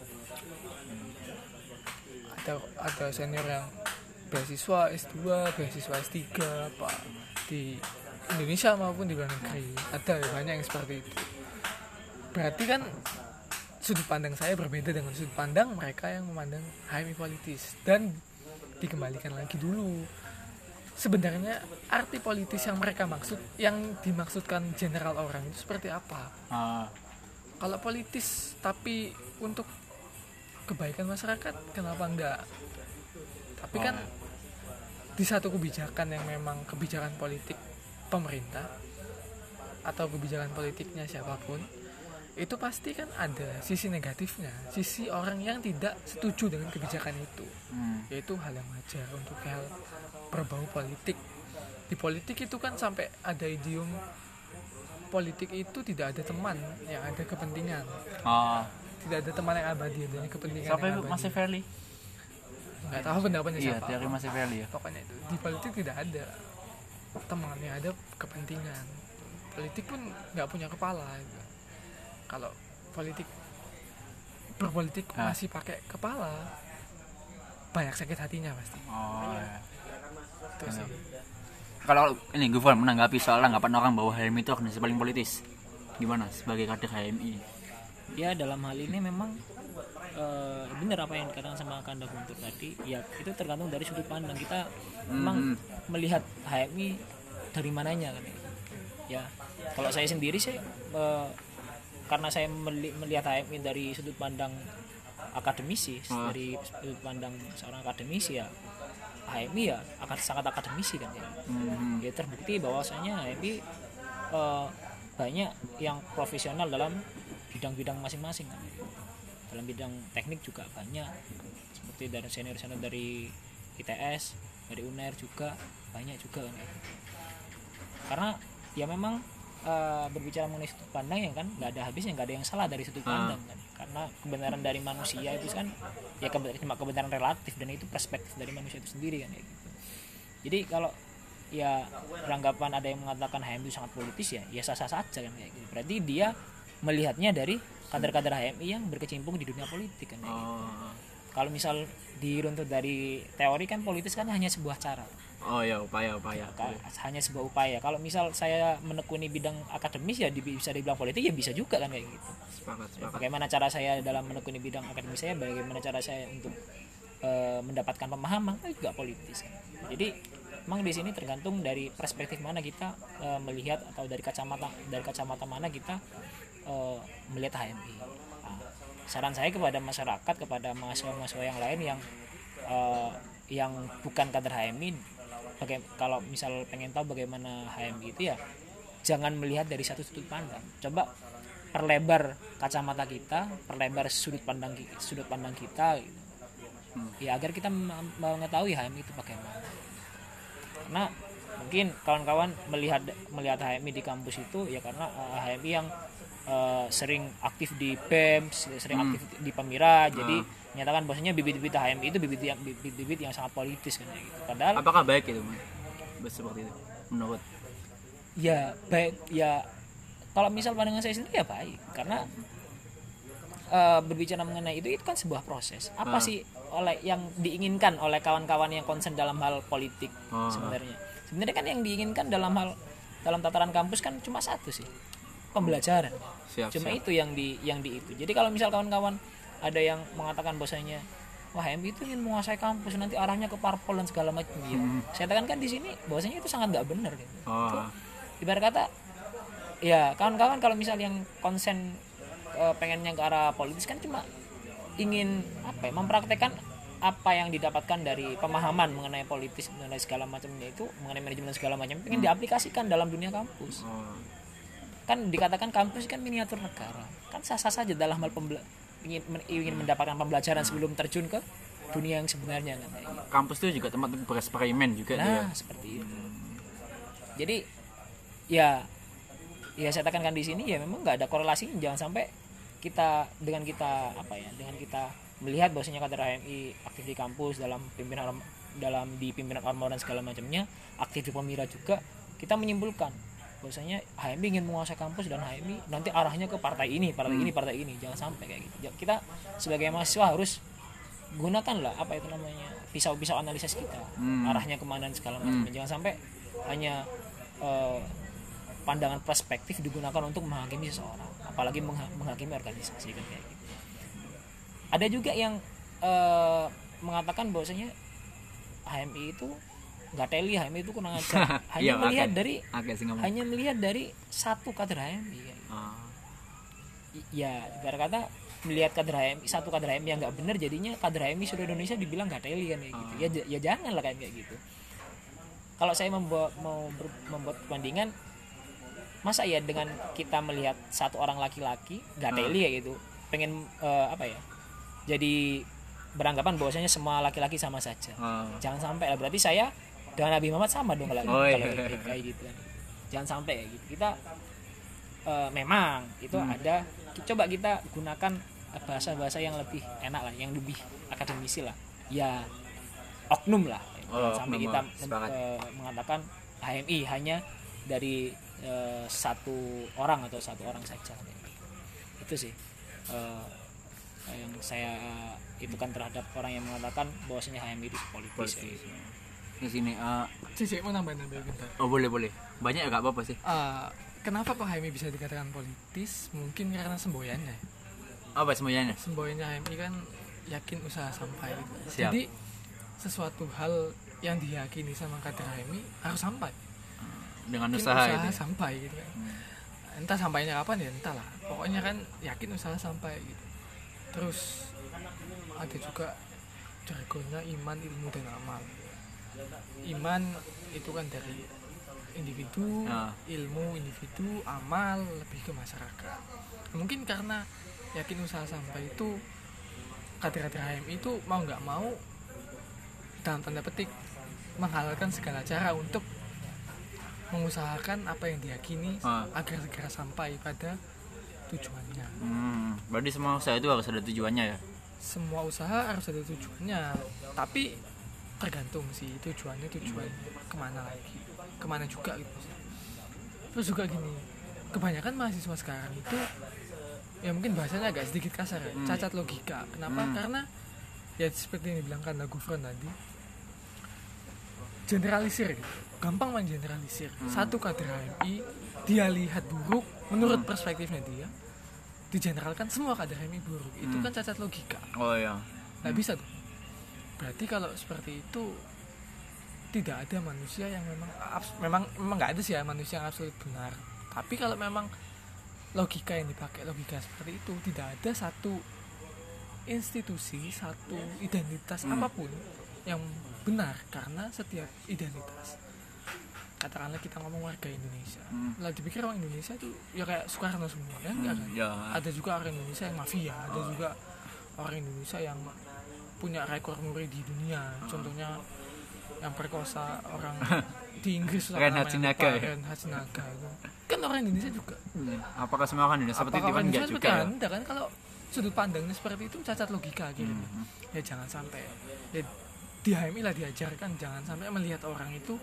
Ada senior yang beasiswa S2, beasiswa S3 apa di Indonesia maupun di luar negeri. Ada banyak yang seperti itu. Berarti kan sudut pandang saya berbeda dengan sudut pandang mereka yang memandang HMI politis. Dan dikembalikan lagi dulu, sebenarnya arti politis yang mereka maksud, yang dimaksudkan general orang itu seperti apa? Kalau politis tapi untuk kebaikan masyarakat, kenapa enggak? Tapi kan di satu kebijakan yang memang kebijakan politik pemerintah atau kebijakan politiknya siapapun, itu pasti kan ada sisi negatifnya, sisi orang yang tidak setuju dengan kebijakan itu. Yaitu hal yang wajar untuk hal berbau politik. Di politik itu kan sampai ada idiom politik itu tidak ada teman, yang ada kepentingan. Tidak ada teman yang abadi, adanya kepentingan. Siapa yang itu abadi. Mas Everly? Nggak tahu pendapatnya Iya, siapa. teori Mas Everly ya. Pokoknya itu di politik tidak ada teman, yang ada kepentingan. Politik pun nggak punya kepala gitu. Kalau berpolitik masih pakai kepala, banyak sakit hatinya pasti. Iya. Itu sih. Kalau ini Gufron menanggapi soal anggapan orang bahwa HMI itu organisasi paling politis, gimana sebagai kader HMI? Ya dalam hal ini memang benar apa yang dikatakan sama Kanda Guntur tadi. Ya itu tergantung dari sudut pandang kita memang melihat HMI dari mananya kan. Ya kalau saya sendiri sih karena saya melihat HMI dari sudut pandang akademisi, dari sudut pandang seorang akademisi, ya HMI ya akan sangat akademisi kan ya. Ya terbukti bahwasanya HMI banyak yang profesional dalam bidang-bidang masing-masing kan. Dalam bidang teknik juga banyak, seperti dari senior-senior dari ITS, dari UNER juga banyak juga kan. Karena ya memang berbicara mengenai sudut pandang ya kan nggak ada habisnya, nggak ada yang salah dari sudut pandang kan. Karena kebenaran dari manusia itu kan ya cuma kebenaran relatif, dan itu perspektif dari manusia itu sendiri kan ya gitu. Jadi kalau ya beranggapan ada yang mengatakan HMI itu sangat politis, ya sah-sah saja kan kayak gitu. Berarti dia melihatnya dari kader-kader HMI yang berkecimpung di dunia politik kan. Kalau misal diruntut dari teori kan politis kan hanya sebuah cara. Upaya. Hanya sebuah upaya. Kalau misal saya menekuni bidang akademis ya bisa dibilang politik, ya bisa juga kan kayak gitu. Sepakat. Bagaimana cara saya dalam menekuni bidang akademis saya, bagaimana cara saya untuk mendapatkan pemahaman, itu juga politis kan. Jadi memang di sini tergantung dari perspektif mana kita melihat, atau dari kacamata mana kita melihat HMI. Saran saya kepada masyarakat, kepada mahasiswa yang lain yang bukan kader HMI, kalau misal pengen tahu bagaimana HMI itu, ya jangan melihat dari satu sudut pandang. Coba perlebar kacamata kita, perlebar sudut pandang kita gitu. Ya agar kita mengetahui HMI itu bagaimana. Karena mungkin kawan-kawan melihat HMI di kampus itu ya karena HMI yang sering aktif di BEM, sering aktif di Pemira, jadi menyatakan bahwasanya bibit-bibit HMI itu bibit-bibit yang sangat politis kan gitu. Padahal apakah baik itu seperti itu menurut? Ya baik, ya kalau misal pandangan saya sendiri ya baik, karena berbicara mengenai itu kan sebuah proses. Apa sih yang diinginkan oleh kawan-kawan yang konsen dalam hal politik sebenarnya? Sebenarnya kan yang diinginkan dalam tataran kampus kan cuma satu sih, pembelajaran. Cuma itu yang di itu. Jadi kalau misal kawan-kawan ada yang mengatakan bahwasanya wah HMI itu ingin menguasai kampus, nanti arahnya ke parpol dan segala macam gitu. Saya tekankan di sini bahwasanya itu sangat nggak benar gitu. Itu, ibarat kata ya kawan-kawan kalau misal yang konsen pengennya ke arah politis kan cuma ingin mempraktekkan apa yang didapatkan dari pemahaman mengenai politis, mengenai segala macamnya itu, mengenai manajemen segala macam, ingin diaplikasikan dalam dunia kampus. Kan dikatakan kampus kan miniatur negara, kan sah-sah saja dalam hal ingin mendapatkan pembelajaran sebelum terjun ke dunia yang sebenarnya kan. Kampus itu juga tempat bereksperimen juga. Seperti itu. Jadi ya saya tekankan di sini ya memang nggak ada korelasinya. Jangan sampai kita melihat bahwasanya kader HMI aktif di kampus dalam pimpinan ormas dan segala macamnya, aktif di Pemira juga, kita menyimpulkan bahwasanya HMI ingin menguasai kampus dan HMI nanti arahnya ke partai ini. Jangan sampai kayak gitu. Kita sebagai mahasiswa harus gunakanlah pisau-pisau analisis kita, arahnya kemana dan segala macam. Jangan sampai hanya pandangan perspektif digunakan untuk menghakimi seseorang, apalagi menghakimi organisasi kan kayak gitu. Ada juga yang mengatakan bahwasanya HMI itu nggak teli, HMI itu kurang ajar, hanya melihat dari satu kader HMI. Ya ibarat kata melihat kader HMI, satu kader HMI yang nggak benar, jadinya kader HMI seluruh Indonesia dibilang nggak teli kan kayak gitu. Ya jangan lah kayak gitu. Kalau saya membuat perbandingan, masa ya dengan kita melihat satu orang laki-laki nggak teli ya gitu, pengen jadi beranggapan bahwasanya semua laki-laki sama saja. Jangan sampai lah, berarti saya dengan Nabi Muhammad sama dong kalau kayak gitu kan. Jangan sampai kayak gitu. Kita memang itu ada, coba kita gunakan bahasa-bahasa yang lebih enak lah, yang lebih akademisi lah. Ya oknum lah. Sampai kita mengatakan HMI hanya dari satu orang atau satu orang saja. Itu sih yang saya itu kan terhadap orang yang mengatakan bahwasanya HMI itu politis. Di sini Cici mau nambahin bentar. oh boleh banyak ya, gak apa-apa sih. Kenapa kok HMI bisa dikatakan politis? Mungkin karena semboyannya. Apa semuanya? Semboyannya HMI kan yakin usaha sampai gitu. Siap. Jadi sesuatu hal yang diyakini sama kader HMI harus sampai Dengan yakin usaha gitu. sampai gitu kan. Entah sampainya kapan ya entahlah, pokoknya kan yakin usaha sampai gitu. Terus ada juga jargonnya iman, ilmu, dan amal. Iman itu kan dari individu, ilmu individu, amal lebih ke masyarakat. Mungkin karena yakin usaha sampai itu, kader-kader HMI itu mau nggak mau dalam tanda petik menghalalkan segala cara untuk mengusahakan apa yang diyakini agar segera sampai pada tujuannya. Berarti semua usaha itu harus ada tujuannya ya? Semua usaha harus ada tujuannya, tapi tergantung sih tujuannya kemana lagi, kemana juga gitu. Terus juga gini, kebanyakan mahasiswa sekarang itu ya mungkin bahasanya agak sedikit kasar ya, cacat logika. Kenapa? Karena ya seperti yang dibilangkan Gufron tadi, generalisir gitu. Gampang mengeneralisir. Satu kader HMI dia lihat buruk menurut perspektifnya dia, digeneralkan semua kader HMI buruk. Itu kan cacat logika. Oh iya. Nggak bisa tuh. Berarti kalau seperti itu tidak ada manusia yang memang nggak ada sih ya manusia yang absolut benar. Tapi kalau memang logika yang dipakai logika seperti itu, tidak ada satu institusi, satu identitas apapun yang benar, karena setiap identitas, katakanlah kita ngomong warga Indonesia, lah dipikir orang Indonesia itu ya kayak Soekarno semua ya enggak kan? Ada juga orang Indonesia yang mafia, ada juga orang Indonesia yang punya rekor muri di dunia, contohnya yang perkosa orang di Inggris, Ren Hatsinaga kan orang Indonesia juga. Apakah semua orang Indonesia seperti itu? Kan enggak juga ya? Enggak kan, kalau sudut pandangnya seperti itu cacat logika gitu. Ya jangan sampai ya di HMI lah diajarkan jangan sampai melihat orang itu,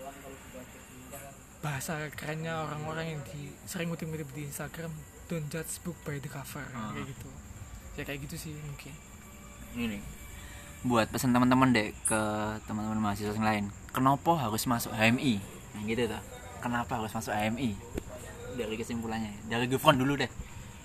bahasa kerennya orang-orang yang sering ngutip-ngutip di Instagram, don't judge book by the cover, kayak gitu. Ya kayak gitu sih mungkin. Ini buat pesan teman-teman deh ke teman-teman mahasiswa yang lain, kenapa harus masuk HMI? Nah, gitu tuh. Kenapa harus masuk HMI? Dari kesimpulannya, dari Gufron dulu deh.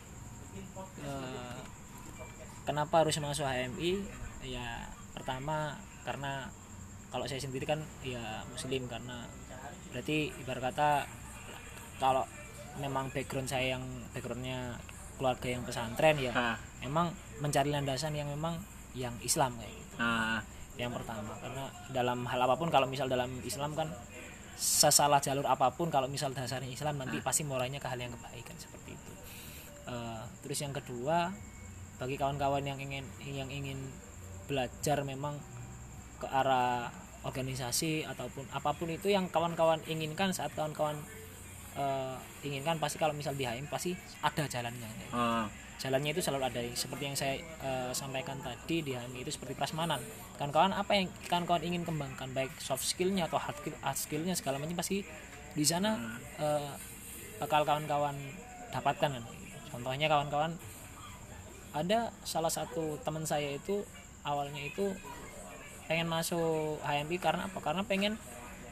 Kenapa harus masuk HMI? Ya pertama karena kalau saya sendiri kan ya muslim, karena berarti ibarat kata kalau memang backgroundnya keluarga yang pesantren ya memang mencari landasan yang memang yang Islam kayak gitu. Yang pertama, karena dalam hal apapun, kalau misal dalam Islam kan sesalah jalur apapun, kalau misal dasarnya Islam nanti pasti mulainya ke hal yang kebaikan seperti itu. Terus yang kedua, bagi kawan-kawan yang ingin belajar memang ke arah organisasi ataupun apapun itu yang kawan-kawan inginkan, saat kawan-kawan inginkan, pasti kalau misal di HM pasti ada jalannya. Jalannya itu selalu ada, seperti yang saya sampaikan tadi, di HMI itu seperti prasmanan. Kawan-kawan apa yang kawan-kawan ingin kembangkan, baik soft skillnya atau hard skillnya segala macam, pasti di sana bakal kawan-kawan dapatkan. Contohnya kawan-kawan, ada salah satu teman saya itu awalnya itu pengen masuk HMI karena apa? Karena pengen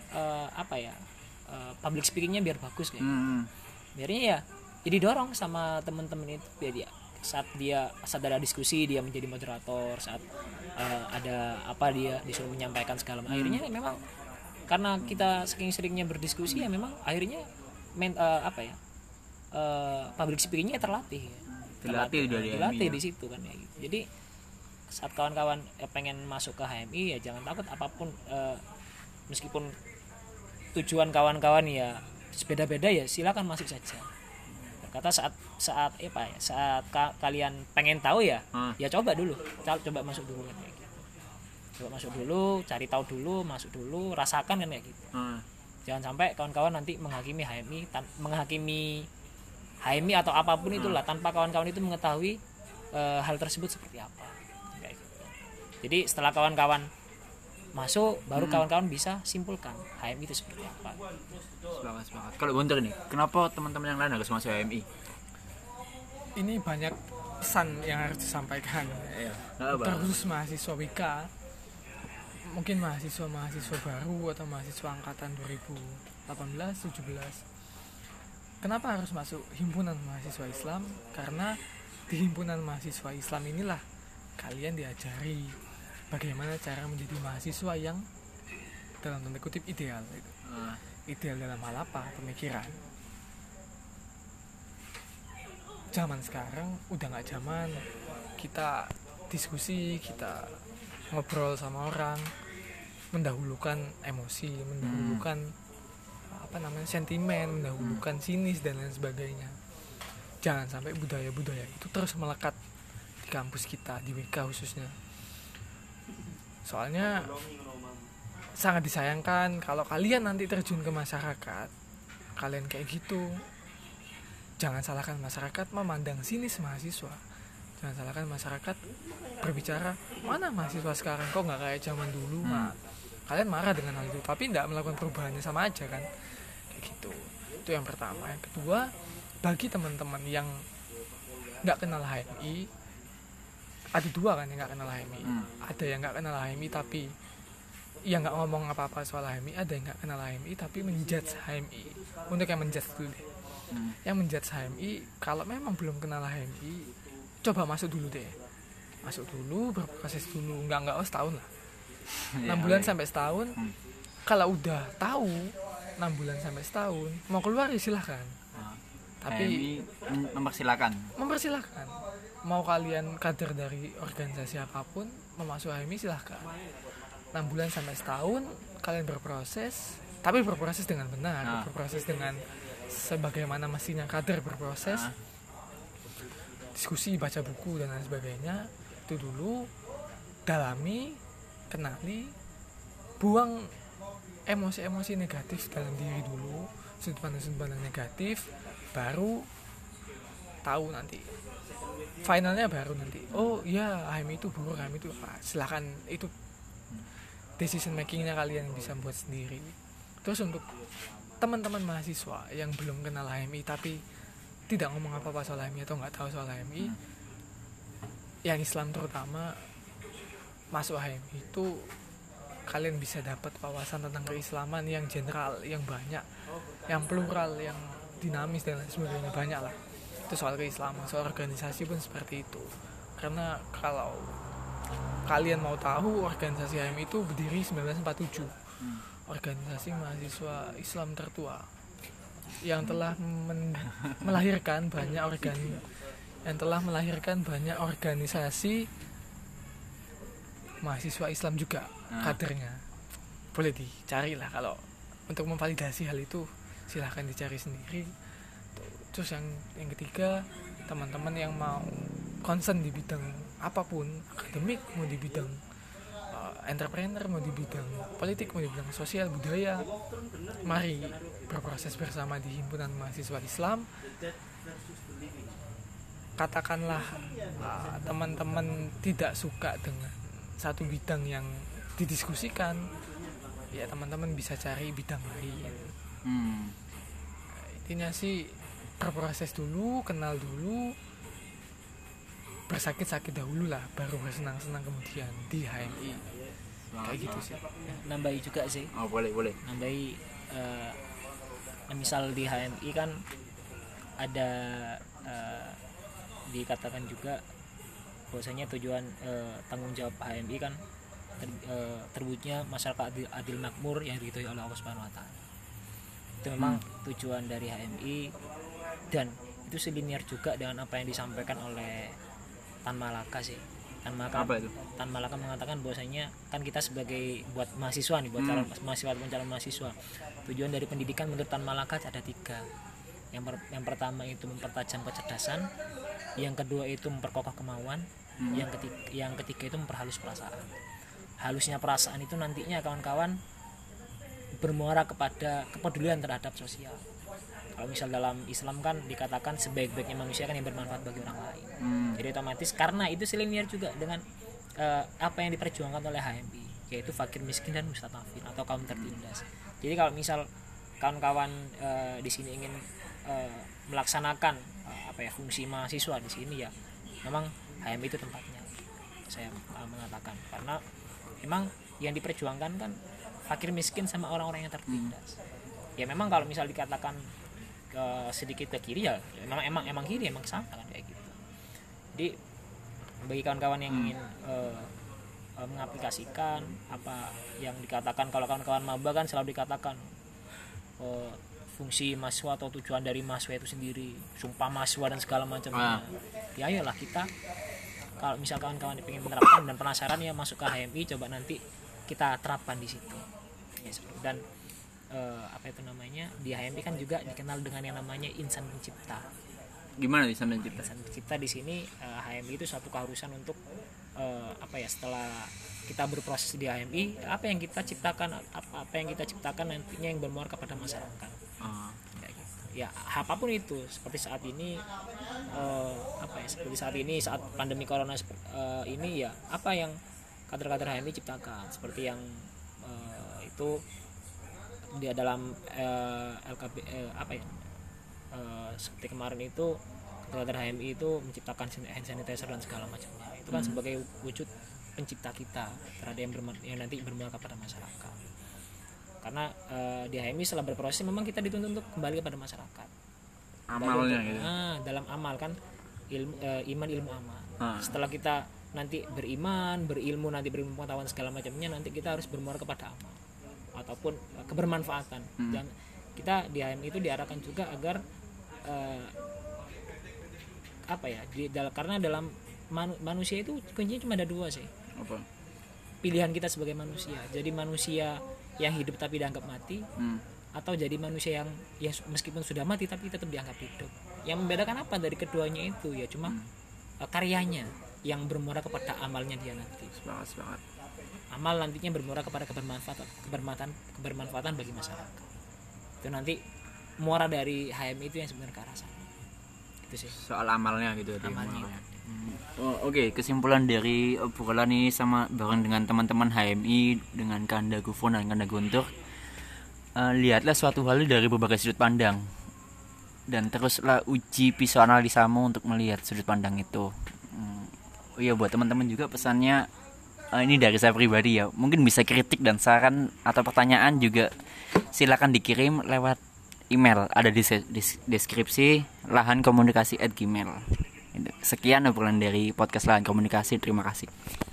public speakingnya biar bagus kayak. Biarnya ya jadi dorong sama teman-teman itu, biar dia saat ada diskusi dia menjadi moderator, saat ada apa dia disuruh menyampaikan segala macam. Akhirnya memang karena kita saking seringnya berdiskusi ya memang akhirnya public speakingnya terlatih ya. Dilatih udah di dilatih HMI, di situ kan ya gitu. Jadi saat kawan-kawan pengen masuk ke HMI ya jangan takut apapun, meskipun tujuan kawan-kawan ya beda-beda ya silakan masuk saja. Kata saat kalian pengen tahu ya ya coba dulu, coba masuk dulu kan kayak gitu. Coba masuk dulu, cari tahu dulu, masuk dulu, rasakan kan kayak gitu. Jangan sampai kawan-kawan nanti menghakimi HMI atau apapun itulah tanpa kawan-kawan itu mengetahui hal tersebut seperti apa kayak gitu. Jadi setelah kawan-kawan masuk baru kawan-kawan bisa simpulkan HMI itu seperti apa. Semangat. Kalau Guntur nih, kenapa teman-teman yang lain harus masuk HMI? Ini banyak pesan yang harus disampaikan. Terkhusus mahasiswa WK, mungkin mahasiswa baru atau mahasiswa angkatan 2018-17. Kenapa harus masuk himpunan mahasiswa Islam? Karena di himpunan mahasiswa Islam inilah kalian diajari bagaimana cara menjadi mahasiswa yang dalam tanda kutip ideal gitu. Ideal dalam hal apa? Pemikiran. Zaman sekarang udah nggak zaman kita diskusi, kita ngobrol sama orang, mendahulukan emosi, mendahulukan sentimen, mendahulukan sinis dan lain sebagainya. Jangan sampai budaya-budaya itu terus melekat di kampus kita, di WK khususnya. Soalnya sangat disayangkan kalau kalian nanti terjun ke masyarakat, kalian kayak gitu. Jangan salahkan masyarakat memandang sinis mahasiswa. Jangan salahkan masyarakat berbicara, mana mahasiswa sekarang kok nggak kayak zaman dulu. Kalian marah dengan hal itu, tapi tidak melakukan perubahannya sama aja kan, kayak gitu. Itu yang pertama. Yang kedua, bagi teman-teman yang nggak kenal HMI, ada dua kan yang nggak kenal HMI. Ada yang nggak kenal HMI tapi yang nggak ngomong apa-apa soal HMI, ada yang nggak kenal HMI tapi menjudge HMI. Untuk yang menjudge dulu deh, yang menjudge HMI, kalau memang belum kenal HMI, coba masuk dulu deh, masuk dulu, berproses dulu, nggak setahun lah, 6 bulan sampai setahun. Kalau udah tahu 6 bulan sampai setahun mau keluar ya silahkan, tapi mempersilahkan. Mau kalian kader dari organisasi apapun mau masuk HMI silahkan. 6 bulan sampai setahun kalian berproses, tapi berproses dengan benar, berproses dengan sebagaimana mestinya kader berproses, diskusi, baca buku dan lain sebagainya. Itu dulu, dalami, kenali, buang emosi-emosi negatif dalam diri dulu, sudut pandang negatif, baru tahu nanti finalnya, baru nanti oh iya HMI itu buruk, HMI itu apa, silahkan, itu decision makingnya kalian yang bisa buat sendiri. Terus untuk teman-teman mahasiswa yang belum kenal HMI tapi tidak ngomong apa-apa soal HMI atau nggak tahu soal HMI, yang Islam terutama, masuk HMI itu kalian bisa dapat wawasan tentang keislaman yang general, yang banyak, yang plural, yang dinamis dan lain sebagainya, banyak lah. Itu soal keislaman, soal organisasi pun seperti itu. Karena kalau kalian mau tahu, organisasi HMI itu berdiri 1947, organisasi mahasiswa Islam tertua yang telah melahirkan banyak organisasi mahasiswa Islam juga kadernya. Boleh dicari lah, kalau untuk memvalidasi hal itu silahkan dicari sendiri. Terus yang ketiga, teman-teman yang mau concern di bidang apapun, akademik, mau di bidang entrepreneur, mau di bidang politik, mau di bidang sosial, budaya, mari berproses bersama di himpunan mahasiswa Islam. Katakanlah teman-teman tidak suka dengan satu bidang yang didiskusikan, ya teman-teman bisa cari bidang lain. Intinya sih berproses dulu, kenal dulu, bersakit-sakit dahulu lah, baru bersenang-senang kemudian di HMI. Kayak gitu sih. Nambahi juga sih. Oh, boleh. Nambahi, misal di HMI kan ada dikatakan juga bahwasanya tujuan tanggung jawab HMI kan terwujudnya masyarakat adil makmur yang diridhoi oleh Allah Subhanahu wa taala. Itu memang tujuan dari HMI, dan itu selinier juga dengan apa yang disampaikan oleh Tan Malaka sih. Tan Malaka mengatakan bahwasanya kan kita sebagai buat mahasiswa nih, buat calon mahasiswa ataupun calon mahasiswa, tujuan dari pendidikan menurut Tan Malaka ada 3. Yang pertama itu mempertajam kecerdasan, yang kedua itu memperkokoh kemauan, yang ketiga itu memperhalus perasaan. Halusnya perasaan itu nantinya kawan-kawan bermuara kepada kepedulian terhadap sosial. Kalau misal dalam Islam kan dikatakan sebaik-baiknya manusia kan yang bermanfaat bagi orang lain. Jadi otomatis karena itu selinier juga dengan apa yang diperjuangkan oleh HMI, yaitu fakir miskin dan mustadafin atau kaum tertindas. Jadi kalau misal kawan-kawan di sini ingin melaksanakan fungsi mahasiswa di sini, ya memang HMI itu tempatnya. Saya mengatakan karena memang yang diperjuangkan kan fakir miskin sama orang-orang yang tertindas. Ya memang kalau misal dikatakan sedikit ke kiri, ya emang kiri, emang sama kan kayak gitu. Jadi bagi kawan-kawan yang ingin mengaplikasikan apa yang dikatakan, kalau kawan-kawan maba kan selalu dikatakan fungsi mahasiswa atau tujuan dari mahasiswa itu sendiri, sumpah mahasiswa dan segala macamnya. Ya ayolah kita, kalau misal kawan-kawan ingin menerapkan dan penasaran, ya masuk ke HMI, coba nanti kita terapkan di situ. Ya, dan di HMI kan juga dikenal dengan yang namanya insan pencipta. Gimana insan pencipta? Insan pencipta di sini HMI itu suatu keharusan untuk setelah kita berproses di HMI, apa yang kita ciptakan nantinya yang bermuara kepada masyarakat. Ya apapun itu, seperti saat ini saat pandemi corona ini, ya apa yang kader-kader HMI ciptakan, seperti yang itu dia dalam seperti kemarin itu kader HMI itu menciptakan hand sanitizer dan segala macamnya. Itu kan sebagai wujud pencipta kita terhadap yang nanti bermuara kepada masyarakat. Karena di HMI setelah berproses memang kita dituntut untuk kembali kepada masyarakat. Amalnya gitu. Dalam amal kan iman ilmu amal. Setelah kita nanti berilmu pengetahuan segala macamnya, nanti kita harus bermuara kepada amal ataupun kebermanfaatan. Dan kita di HMI itu diarahkan juga agar karena dalam manusia itu kuncinya cuma ada 2 sih. Apa? Pilihan kita sebagai manusia. Jadi manusia yang hidup tapi dianggap mati, atau jadi manusia yang meskipun sudah mati tapi tetap dianggap hidup. Yang membedakan apa dari keduanya itu, ya cuma karyanya yang bermuara kepada amalnya dia nanti. Semangat. Amal nantinya bermuara kepada kebermanfaatan bagi masyarakat. Itu nanti muara dari HMI itu yang sebenarnya ke arah sana. Itu sih. Soal amalnya gitu. Amalnya. Oke, kesimpulan dari obrolan ini bareng dengan teman-teman HMI, dengan Kanda Gufron dan Kanda Guntur, lihatlah suatu hal dari berbagai sudut pandang dan teruslah uji pisau analisamu untuk melihat sudut pandang itu. Iya, buat teman-teman juga pesannya, ini dari saya pribadi ya, mungkin bisa kritik dan saran atau pertanyaan juga silakan dikirim lewat email, ada di deskripsi lahankomunikasi@gmail.com. Sekian obrolan dari podcast Lahan Komunikasi, terima kasih.